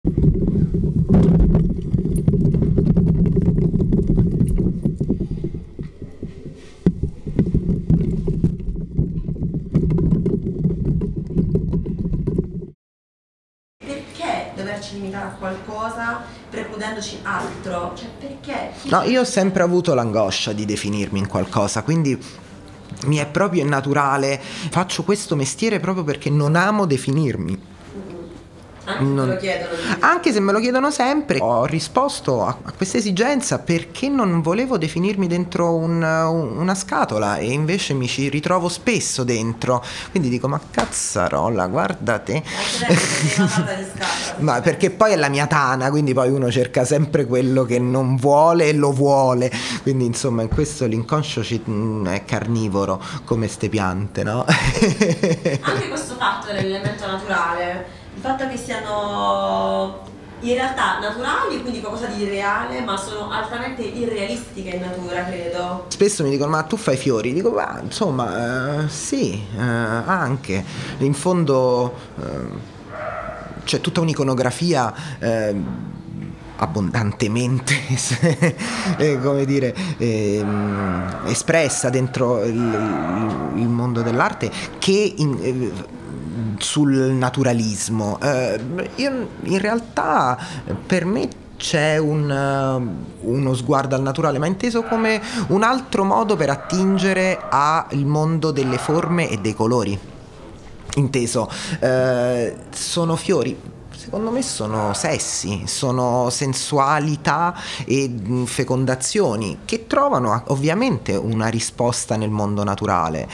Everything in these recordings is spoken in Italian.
Perché doverci limitare a qualcosa precludendoci altro? Cioè, perché? No, io ho sempre avuto l'angoscia di definirmi in qualcosa, quindi mi è proprio naturale. Faccio questo mestiere proprio perché non amo definirmi. Anche se te lo chiedono. Anche se me lo chiedono sempre, ho risposto a questa esigenza perché non volevo definirmi dentro una scatola, e invece mi ci ritrovo spesso dentro. Quindi dico, ma cazzarolla, guarda te. Ma perché poi è la mia tana, quindi poi uno cerca sempre quello che non vuole e lo vuole. Quindi insomma, in questo l'inconscio è carnivoro, come ste piante, no? Anche questo fatto dell'elemento naturale, il fatto che siano in realtà naturali, quindi qualcosa di reale, ma sono altamente irrealistiche in natura, credo. Spesso mi dicono, ma tu fai fiori? Dico, ma insomma, sì, anche. In fondo c'è tutta un'iconografia abbondantemente come dire, espressa dentro il mondo dell'arte, che sul naturalismo. Io in realtà, per me c'è uno sguardo al naturale, ma inteso come un altro modo per attingere al mondo delle forme e dei colori. Inteso, sono fiori. Secondo me sono sessi, sono sensualità e fecondazioni che trovano ovviamente una risposta nel mondo naturale.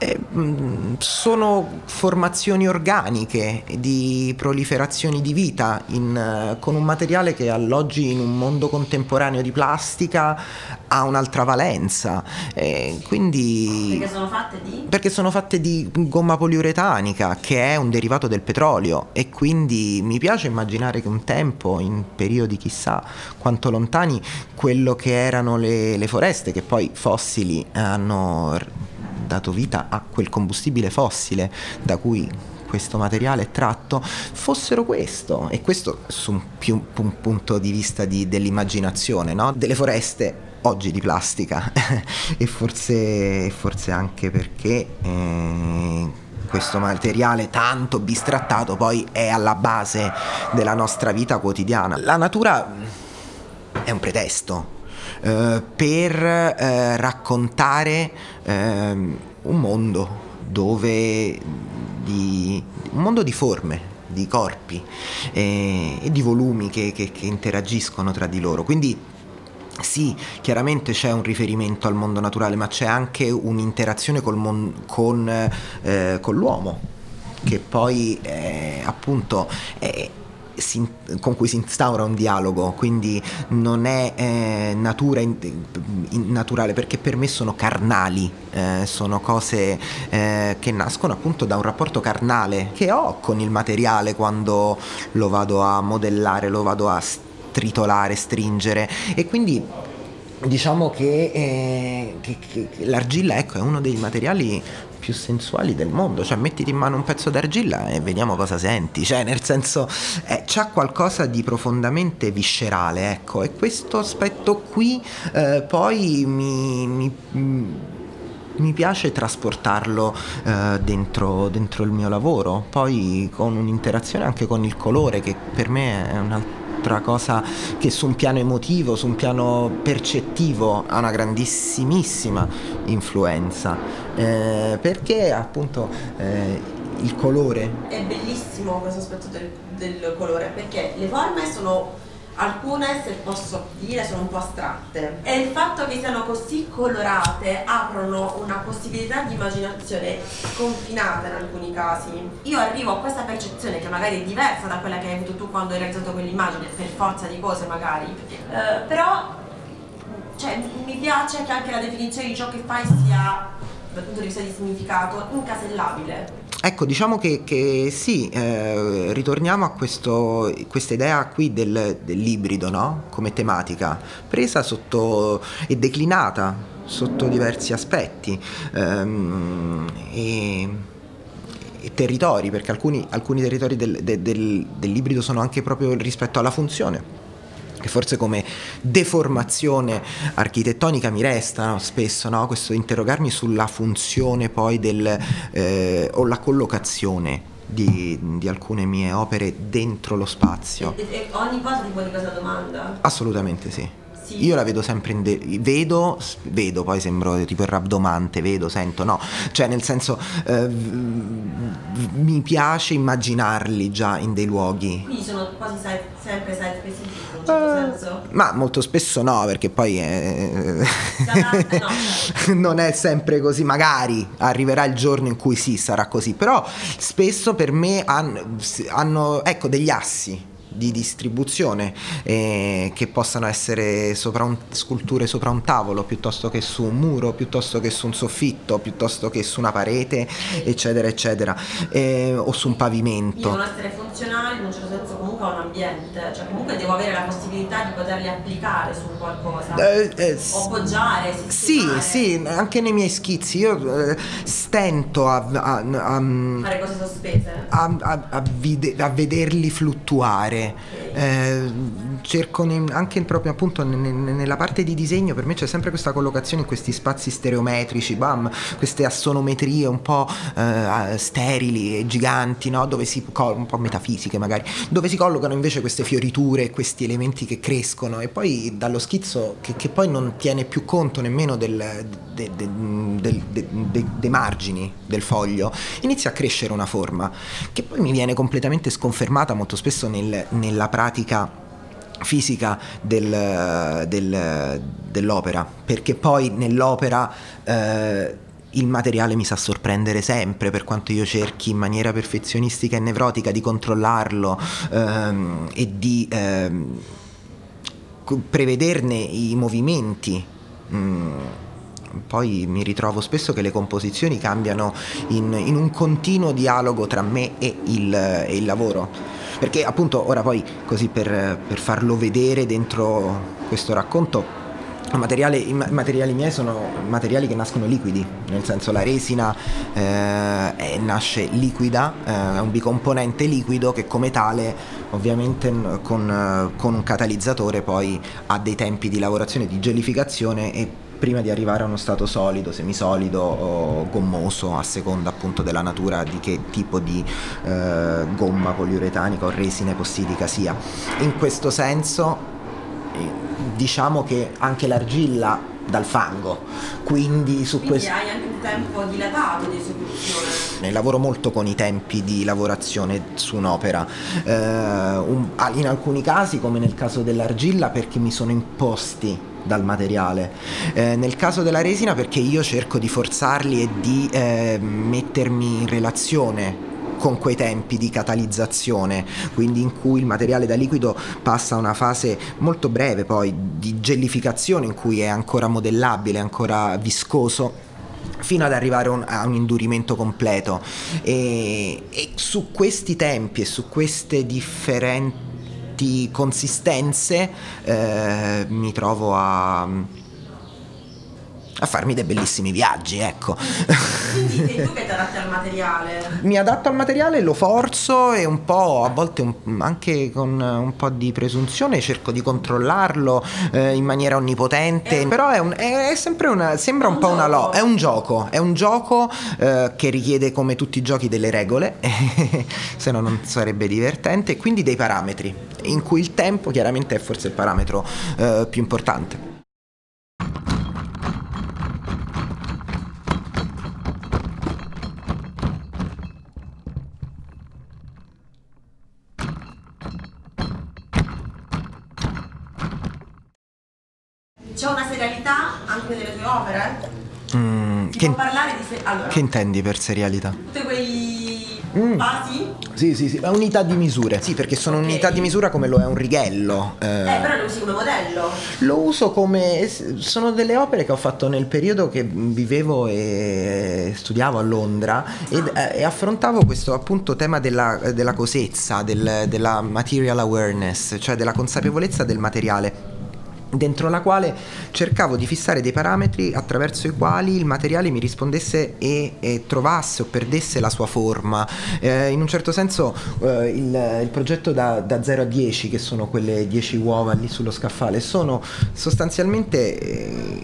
Sono formazioni organiche di proliferazioni di vita con un materiale che all'oggi, in un mondo contemporaneo di plastica, ha un'altra valenza. Quindi perché sono fatte di gomma poliuretanica, che è un derivato del petrolio, e quindi mi piace immaginare che un tempo, in periodi chissà quanto lontani, quello che erano le foreste, che poi fossili hanno dato vita a quel combustibile fossile da cui questo materiale è tratto, fossero questo. E questo su un punto di vista dell'immaginazione, no? Delle foreste oggi di plastica e forse anche perché questo materiale tanto bistrattato poi è alla base della nostra vita quotidiana. La natura è un pretesto per raccontare un mondo dove un mondo di forme, di corpi e di volumi che interagiscono tra di loro. Quindi sì, chiaramente c'è un riferimento al mondo naturale, ma c'è anche un'interazione con l'uomo, che poi appunto con cui si instaura un dialogo. Quindi non è natura naturale, perché per me sono carnali, sono cose che nascono appunto da un rapporto carnale che ho con il materiale quando lo vado a modellare, lo vado a tritolare, stringere. E quindi diciamo che l'argilla, ecco, è uno dei materiali più sensuali del mondo. Cioè, mettiti in mano un pezzo d'argilla e vediamo cosa senti. Cioè, nel senso, c'ha qualcosa di profondamente viscerale, ecco. E questo aspetto qui poi mi piace trasportarlo dentro il mio lavoro, poi con un'interazione anche con il colore, che per me è un'altra cosa che su un piano emotivo, su un piano percettivo, ha una grandissimissima influenza, perché appunto il colore è bellissimo, questo aspetto del colore, perché le forme sono, alcune, se posso dire, sono un po' astratte, e il fatto che siano così colorate aprono una possibilità di immaginazione sconfinata in alcuni casi. Io arrivo a questa percezione, che magari è diversa da quella che hai avuto tu quando hai realizzato quell'immagine, per forza di cose magari, però cioè, mi piace che anche la definizione di ciò che fai sia, dal punto di vista di significato, incasellabile. Ecco, diciamo che sì, ritorniamo a questa idea qui dell'ibrido, no? Come tematica, presa sotto e declinata sotto diversi aspetti, e territori, perché alcuni territori dell'ibrido sono anche proprio rispetto alla funzione, che forse come deformazione architettonica mi resta, no? Spesso, no? Questo interrogarmi sulla funzione poi o la collocazione di alcune mie opere dentro lo spazio. E ogni volta ti poni questa domanda? Assolutamente sì. Sì. Io la vedo sempre vedo, poi sembro tipo il rabdomante, sento, no, cioè nel senso mi piace immaginarli già in dei luoghi. Quindi sono quasi sempre site specifici in un certo senso? Ma molto spesso no, perché poi No, certo. non è sempre così, magari arriverà il giorno in cui sì, sarà così, però spesso per me hanno ecco degli assi di distribuzione che possano essere sculture sopra un tavolo, piuttosto che su un muro, piuttosto che su un soffitto, piuttosto che su una parete, eccetera eccetera, o su un pavimento. Devono essere funzionali in un certo senso comunque a un ambiente, cioè comunque devo avere la possibilità di poterli applicare su qualcosa, o appoggiare, sistemare. Sì, anche nei miei schizzi io stento a fare cose sospese, a vederli fluttuare. Cerco anche proprio appunto nella parte di disegno, per me c'è sempre questa collocazione in questi spazi stereometrici, queste assonometrie un po' sterili e giganti, no? Dove un po' metafisiche magari, dove si collocano invece queste fioriture, questi elementi che crescono, e poi dallo schizzo che poi non tiene più conto nemmeno dei margini del foglio, inizia a crescere una forma che poi mi viene completamente sconfermata molto spesso nella pratica fisica dell'opera, perché poi nell'opera il materiale mi sa sorprendere sempre, per quanto io cerchi in maniera perfezionistica e nevrotica di controllarlo e di prevederne i movimenti. Poi mi ritrovo spesso che le composizioni cambiano in un continuo dialogo tra me e il lavoro, perché appunto ora poi così per farlo vedere dentro questo racconto, i materiali miei sono materiali che nascono liquidi, nel senso la resina nasce liquida, è un bicomponente liquido che come tale ovviamente con un catalizzatore poi ha dei tempi di lavorazione, di gelificazione, e prima di arrivare a uno stato solido, semisolido o gommoso, a seconda appunto della natura di che tipo di gomma poliuretanica o resina epossidica sia. In questo senso diciamo che anche l'argilla dal fango, quindi hai anche un tempo dilatato di esecuzione. Lavoro molto con i tempi di lavorazione su un'opera, in alcuni casi, come nel caso dell'argilla, perché mi sono imposti dal materiale, nel caso della resina perché io cerco di forzarli e di mettermi in relazione con quei tempi di catalizzazione, quindi in cui il materiale da liquido passa a una fase molto breve poi di gellificazione, in cui è ancora modellabile, ancora viscoso, fino ad arrivare a un indurimento completo, e su questi tempi e su queste differenti consistenze mi trovo a farmi dei bellissimi viaggi, ecco. Quindi sei tu che ti adatti al materiale? Mi adatto al materiale, lo forzo e un po', a volte anche con un po' di presunzione, cerco di controllarlo in maniera onnipotente, però è sempre sembra un po' una è un gioco che richiede, come tutti i giochi, delle regole, se no non sarebbe divertente, e quindi dei parametri, in cui il tempo chiaramente è forse il parametro più importante. C'è una serialità anche delle tue opere? Si può parlare di allora, che intendi per serialità? tutti quei basi? Sì, è unità di misure. Sì, perché sono unità di misura come lo è un righello. Però lo usi come modello? Lo uso come... sono delle opere che ho fatto nel periodo che vivevo e studiavo a Londra, e affrontavo questo appunto tema della cosezza, della material awareness, cioè della consapevolezza del materiale. dentro la quale cercavo di fissare dei parametri attraverso i quali il materiale mi rispondesse e trovasse o perdesse la sua forma. In un certo senso il progetto da 0 a 10, che sono quelle 10 uova lì sullo scaffale, sono sostanzialmente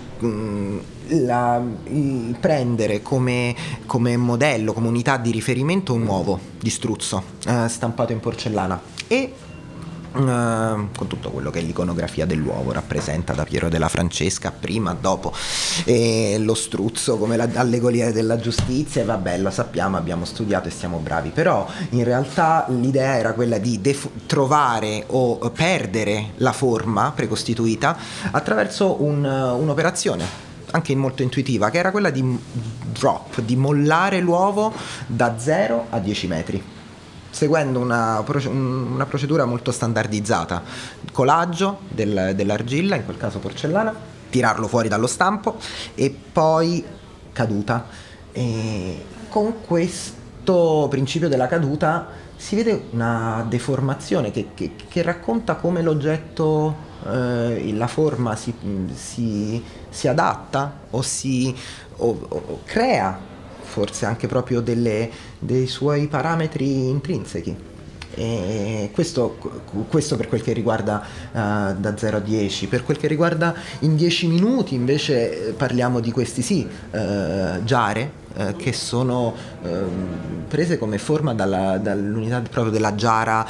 prendere come modello, come unità di riferimento un uovo di struzzo stampato in porcellana e con tutto quello che l'iconografia dell'uovo rappresenta, da Piero della Francesca prima, dopo, e lo struzzo come l'allegoria della giustizia, e vabbè, lo sappiamo, abbiamo studiato e siamo bravi, però in realtà l'idea era quella di trovare o perdere la forma precostituita attraverso un'operazione anche molto intuitiva, che era quella di drop, di mollare l'uovo da 0 a 10 metri, seguendo una procedura molto standardizzata: colaggio dell'argilla, in quel caso porcellana, tirarlo fuori dallo stampo e poi caduta. E con questo principio della caduta si vede una deformazione che racconta come l'oggetto, la forma si adatta o crea forse anche proprio dei suoi parametri intrinseci. E questo per quel che riguarda da 0 a 10. Per quel che riguarda in 10 minuti invece parliamo di questi giare che sono prese come forma dall'unità proprio della giara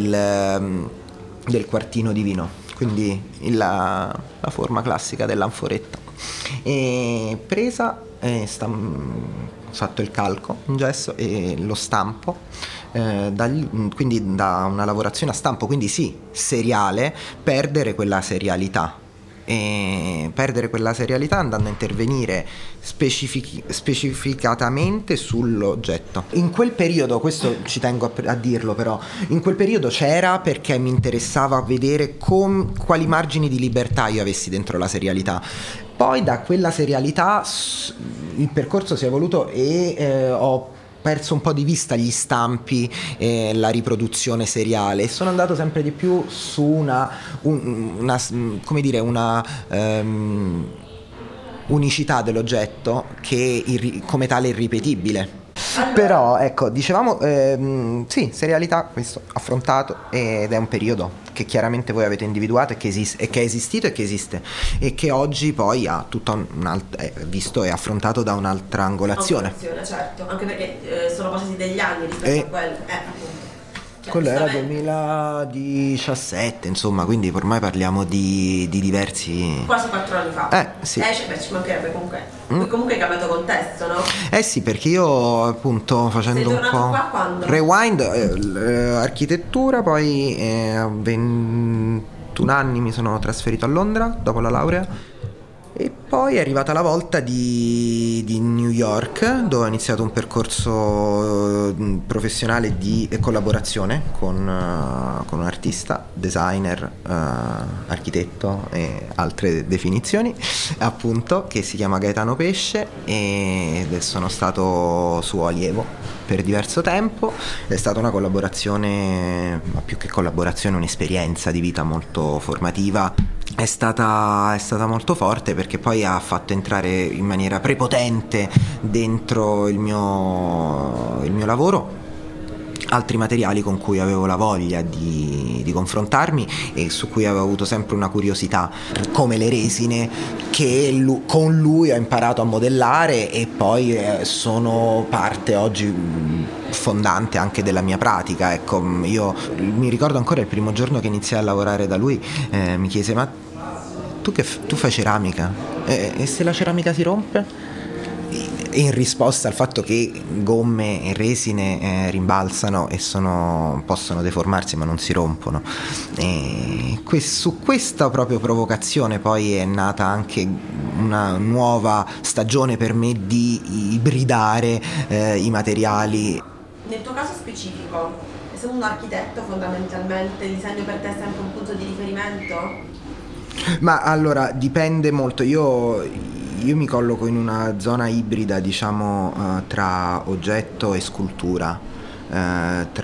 del quartino di vino, quindi la forma classica dell'anforetta, e presa fatto il calco in gesso e lo stampo, quindi da una lavorazione a stampo, quindi sì, seriale, perdere quella serialità andando a intervenire specificatamente sull'oggetto. In quel periodo, questo ci tengo a dirlo però, in quel periodo c'era, perché mi interessava vedere quali margini di libertà io avessi dentro la serialità. Poi da quella serialità il percorso si è evoluto e ho perso un po' di vista gli stampi e la riproduzione seriale, e sono andato sempre di più su una unicità dell'oggetto che come tale irripetibile. Allora, però ecco, dicevamo sì, serialità, questo affrontato, ed è un periodo che chiaramente voi avete individuato e che è esistito e che esiste, e che oggi poi ha tutto visto e affrontato da un'altra angolazione. Certo, anche perché sono passati degli anni rispetto a quello. Quello era 2017, insomma, quindi ormai parliamo di diversi... Quasi 4 anni fa. Sì. Ci mancherebbe comunque. Comunque è cambiato contesto, no? Sì, perché io appunto facendo un po' qua quando? rewind, architettura, poi a 21 anni mi sono trasferito a Londra dopo la laurea. E poi è arrivata la volta di New York, dove ho iniziato un percorso professionale di collaborazione con un artista, designer, architetto e altre definizioni, appunto, che si chiama Gaetano Pesce, e sono stato suo allievo per diverso tempo. È stata una collaborazione, ma più che collaborazione, un'esperienza di vita molto formativa. È stata molto forte, perché poi ha fatto entrare in maniera prepotente dentro il mio lavoro altri materiali con cui avevo la voglia di confrontarmi e su cui avevo avuto sempre una curiosità, come le resine, che con lui ho imparato a modellare, e poi sono parte oggi fondante anche della mia pratica. Ecco, io mi ricordo ancora il primo giorno che iniziai a lavorare da lui, mi chiese: ma tu fai ceramica? E se la ceramica si rompe? In risposta al fatto che gomme e resine rimbalzano e possono deformarsi ma non si rompono, e su questa proprio provocazione poi è nata anche una nuova stagione per me di ibridare i materiali. Nel tuo caso specifico, essendo un architetto, fondamentalmente il disegno per te è sempre un punto di riferimento? Ma allora, dipende molto. Io mi colloco in una zona ibrida, diciamo, tra oggetto e scultura,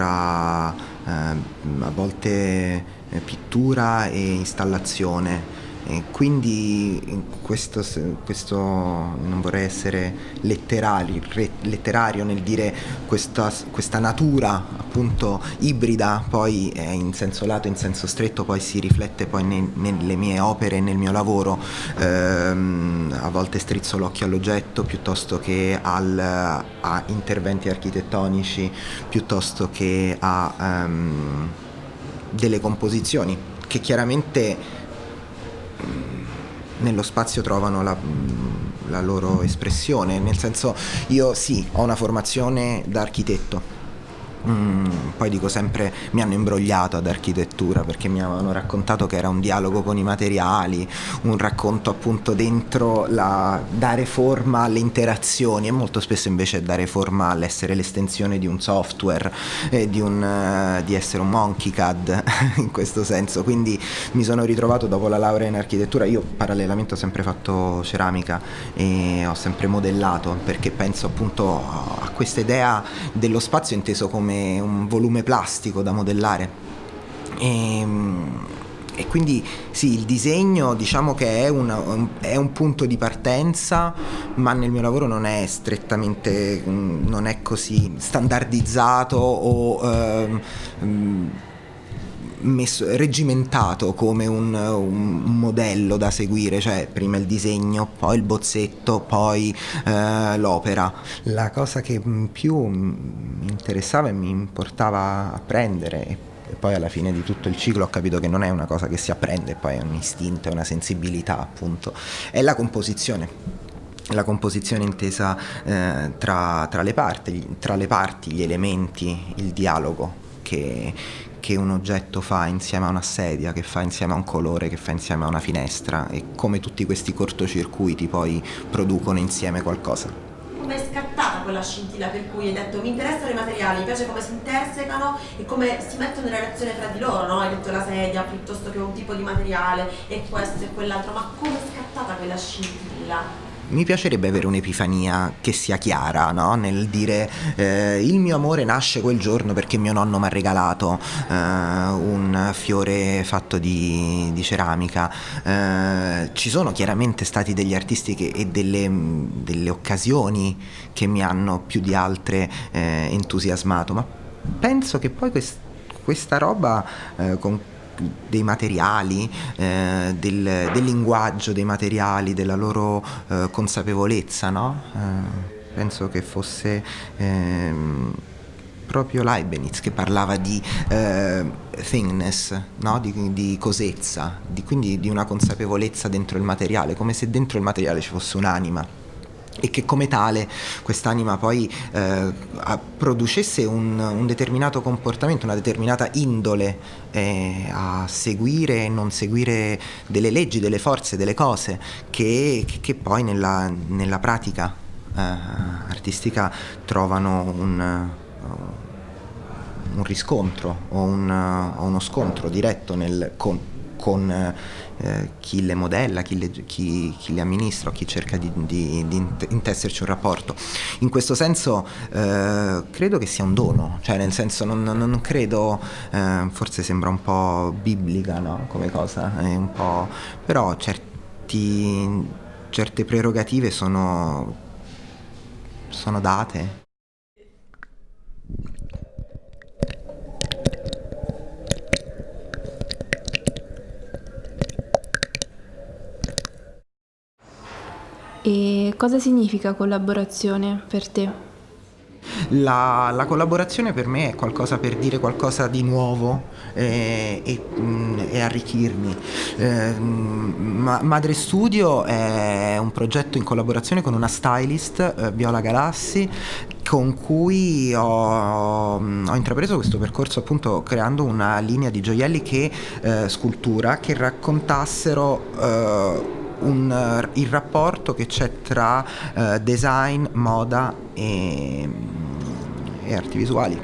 tra a volte pittura e installazione. E quindi questo non vorrei essere letterario nel dire questa natura appunto ibrida, poi in senso lato, in senso stretto, poi si riflette poi nelle mie opere e nel mio lavoro. A volte strizzo l'occhio all'oggetto piuttosto che a interventi architettonici, piuttosto che a delle composizioni che chiaramente nello spazio trovano la loro espressione, nel senso, io sì, ho una formazione da architetto. Poi dico sempre, mi hanno imbrogliato ad architettura perché mi avevano raccontato che era un dialogo con i materiali, un racconto appunto dentro dare forma alle interazioni, e molto spesso invece dare forma all'essere l'estensione di un software, di essere un monkey CAD in questo senso. Quindi mi sono ritrovato dopo la laurea in architettura. Io parallelamente ho sempre fatto ceramica e ho sempre modellato, perché penso appunto a questa idea dello spazio inteso come un volume plastico da modellare, e quindi sì, il disegno diciamo che è un punto di partenza, ma nel mio lavoro non è strettamente, non è così standardizzato o reggimentato come un modello da seguire, cioè prima il disegno, poi il bozzetto, poi l'opera. La cosa che più mi interessava e mi importava apprendere, e poi alla fine di tutto il ciclo ho capito che non è una cosa che si apprende, poi è un istinto, è una sensibilità appunto, è la composizione. La composizione intesa tra le parti, gli elementi, il dialogo che un oggetto fa insieme a una sedia, che fa insieme a un colore, che fa insieme a una finestra, e come tutti questi cortocircuiti poi producono insieme qualcosa. Come è scattata quella scintilla per cui hai detto mi interessano i materiali, mi piace come si intersecano e come si mettono in relazione tra di loro, no? Hai detto la sedia piuttosto che un tipo di materiale e questo e quell'altro, ma come è scattata quella scintilla? Mi piacerebbe avere un'epifania che sia chiara, no? Nel dire il mio amore nasce quel giorno perché mio nonno mi ha regalato un fiore fatto di ceramica. Ci sono chiaramente stati degli artisti e delle occasioni che mi hanno più di altre entusiasmato, ma penso che poi questa roba con dei materiali, del linguaggio dei materiali, della loro consapevolezza, no? Penso che fosse proprio Leibniz che parlava di thingness, no? di cosezza, quindi di una consapevolezza dentro il materiale, come se dentro il materiale ci fosse un'anima, e che come tale quest'anima poi producesse un determinato comportamento, una determinata indole a seguire e non seguire delle leggi, delle forze, delle cose che poi nella pratica artistica trovano un riscontro o uno scontro diretto con chi le modella, chi le amministra, o chi cerca di intesserci un rapporto. In questo senso credo che sia un dono, cioè nel senso non credo, forse sembra un po' biblica, no? Come cosa, è un po', però certe prerogative sono date. E cosa significa collaborazione per te? La collaborazione per me è qualcosa per dire qualcosa di nuovo e arricchirmi. Madre Studio è un progetto in collaborazione con una stylist, Viola Galassi, con cui ho intrapreso questo percorso appunto creando una linea di gioielli scultura che raccontassero il rapporto che c'è tra design, moda e arti visuali.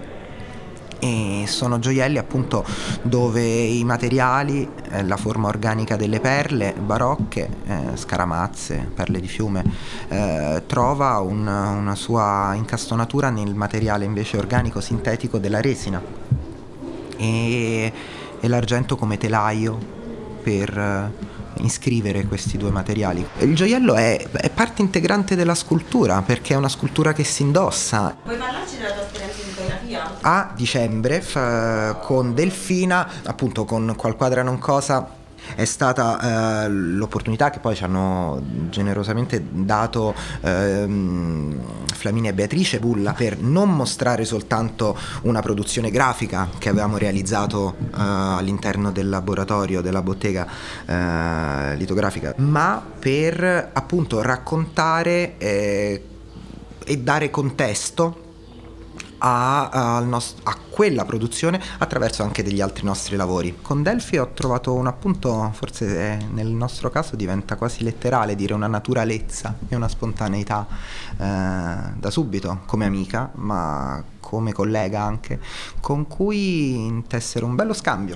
E sono gioielli appunto dove i materiali, la forma organica delle perle barocche, scaramazze, perle di fiume, trova una sua incastonatura nel materiale invece organico sintetico della resina, e l'argento come telaio per iscrivere questi due materiali. Il gioiello è parte integrante della scultura, perché è una scultura che si indossa. Puoi parlarci della tua esperienza di fotografia? A dicembre con Delfina, appunto con Qual Quadra non cosa, è stata l'opportunità che poi ci hanno generosamente dato Flaminia e Beatrice Bulla per non mostrare soltanto una produzione grafica che avevamo realizzato all'interno del laboratorio della bottega litografica, ma per appunto raccontare e dare contesto a quella produzione attraverso anche degli altri nostri lavori. Con Delphi ho trovato un appunto, forse nel nostro caso diventa quasi letterale dire, una naturalezza e una spontaneità da subito, come amica ma come collega anche, con cui intessero un bello scambio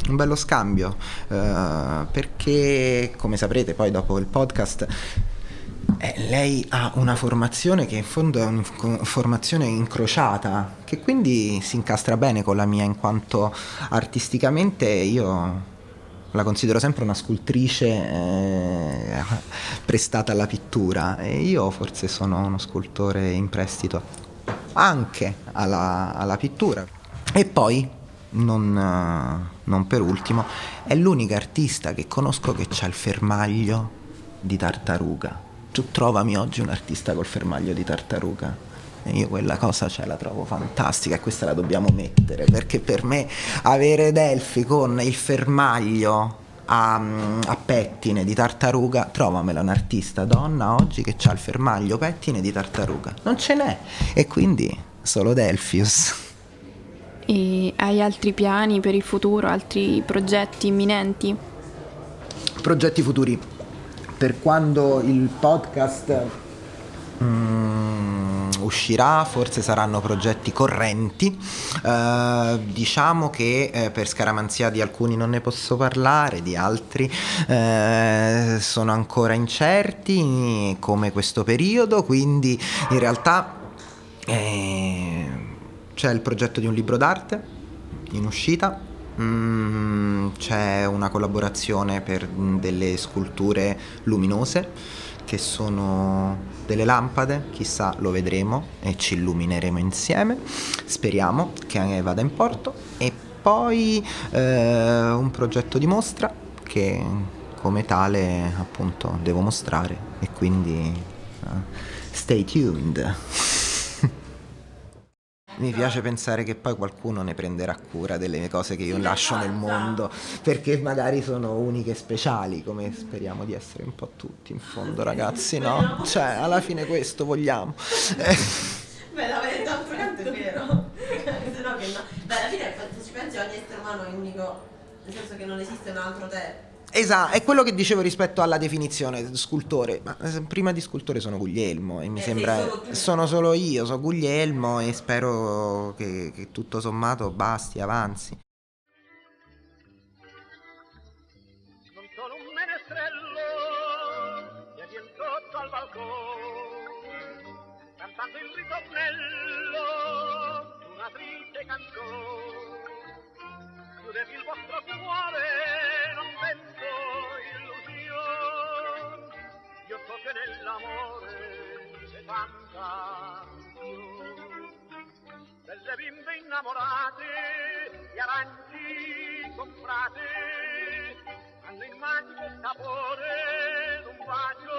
perché, come saprete poi dopo il podcast, lei ha una formazione che in fondo è una formazione incrociata, che quindi si incastra bene con la mia, in quanto artisticamente io la considero sempre una scultrice prestata alla pittura, e io forse sono uno scultore in prestito anche alla pittura. E poi, non per ultimo, è l'unica artista che conosco che c'ha il fermaglio di tartaruga. Tu trovami oggi un artista col fermaglio di tartaruga, e io quella cosa la trovo fantastica, e questa la dobbiamo mettere, perché per me avere Delphi con il fermaglio a pettine di tartaruga, trovamela un artista donna oggi che ha il fermaglio pettine di tartaruga, non ce n'è, e quindi solo Delphius. E hai altri piani per il futuro, altri progetti imminenti? Progetti futuri per quando il podcast uscirà, forse saranno progetti correnti. Diciamo che per scaramanzia di alcuni non ne posso parlare, di altri sono ancora incerti, come questo periodo, quindi in realtà c'è il progetto di un libro d'arte in uscita. C'è una collaborazione per delle sculture luminose che sono delle lampade, chissà, lo vedremo e ci illumineremo insieme, speriamo che vada in porto. E poi un progetto di mostra che come tale appunto devo mostrare, e quindi stay tuned. Mi piace pensare che poi qualcuno ne prenderà cura delle cose che io lascio nel mondo, perché magari sono uniche e speciali, come speriamo di essere un po' tutti in fondo, ragazzi, no? Cioè, alla fine questo vogliamo. Beh, d'altro canto è vero. Se no che no. Beh, alla fine se ci pensi ogni essere umano è unico, nel senso che non esiste un altro te. Esatto, è quello che dicevo rispetto alla definizione scultore, ma prima di scultore sono Guglielmo, e mi sembra sono solo io, sono Guglielmo, e spero che tutto sommato basti, avanzi. Non sono un menestrello che viene sotto al balcone, cantando il ritornello di una triste canzone. Chiudevi il vostro cuore, non penso illusione, io so che nell'amore c'è tanta passione. Delle bimbe innamorate, gli aranci comprate, hanno il magico sapore d'un bacio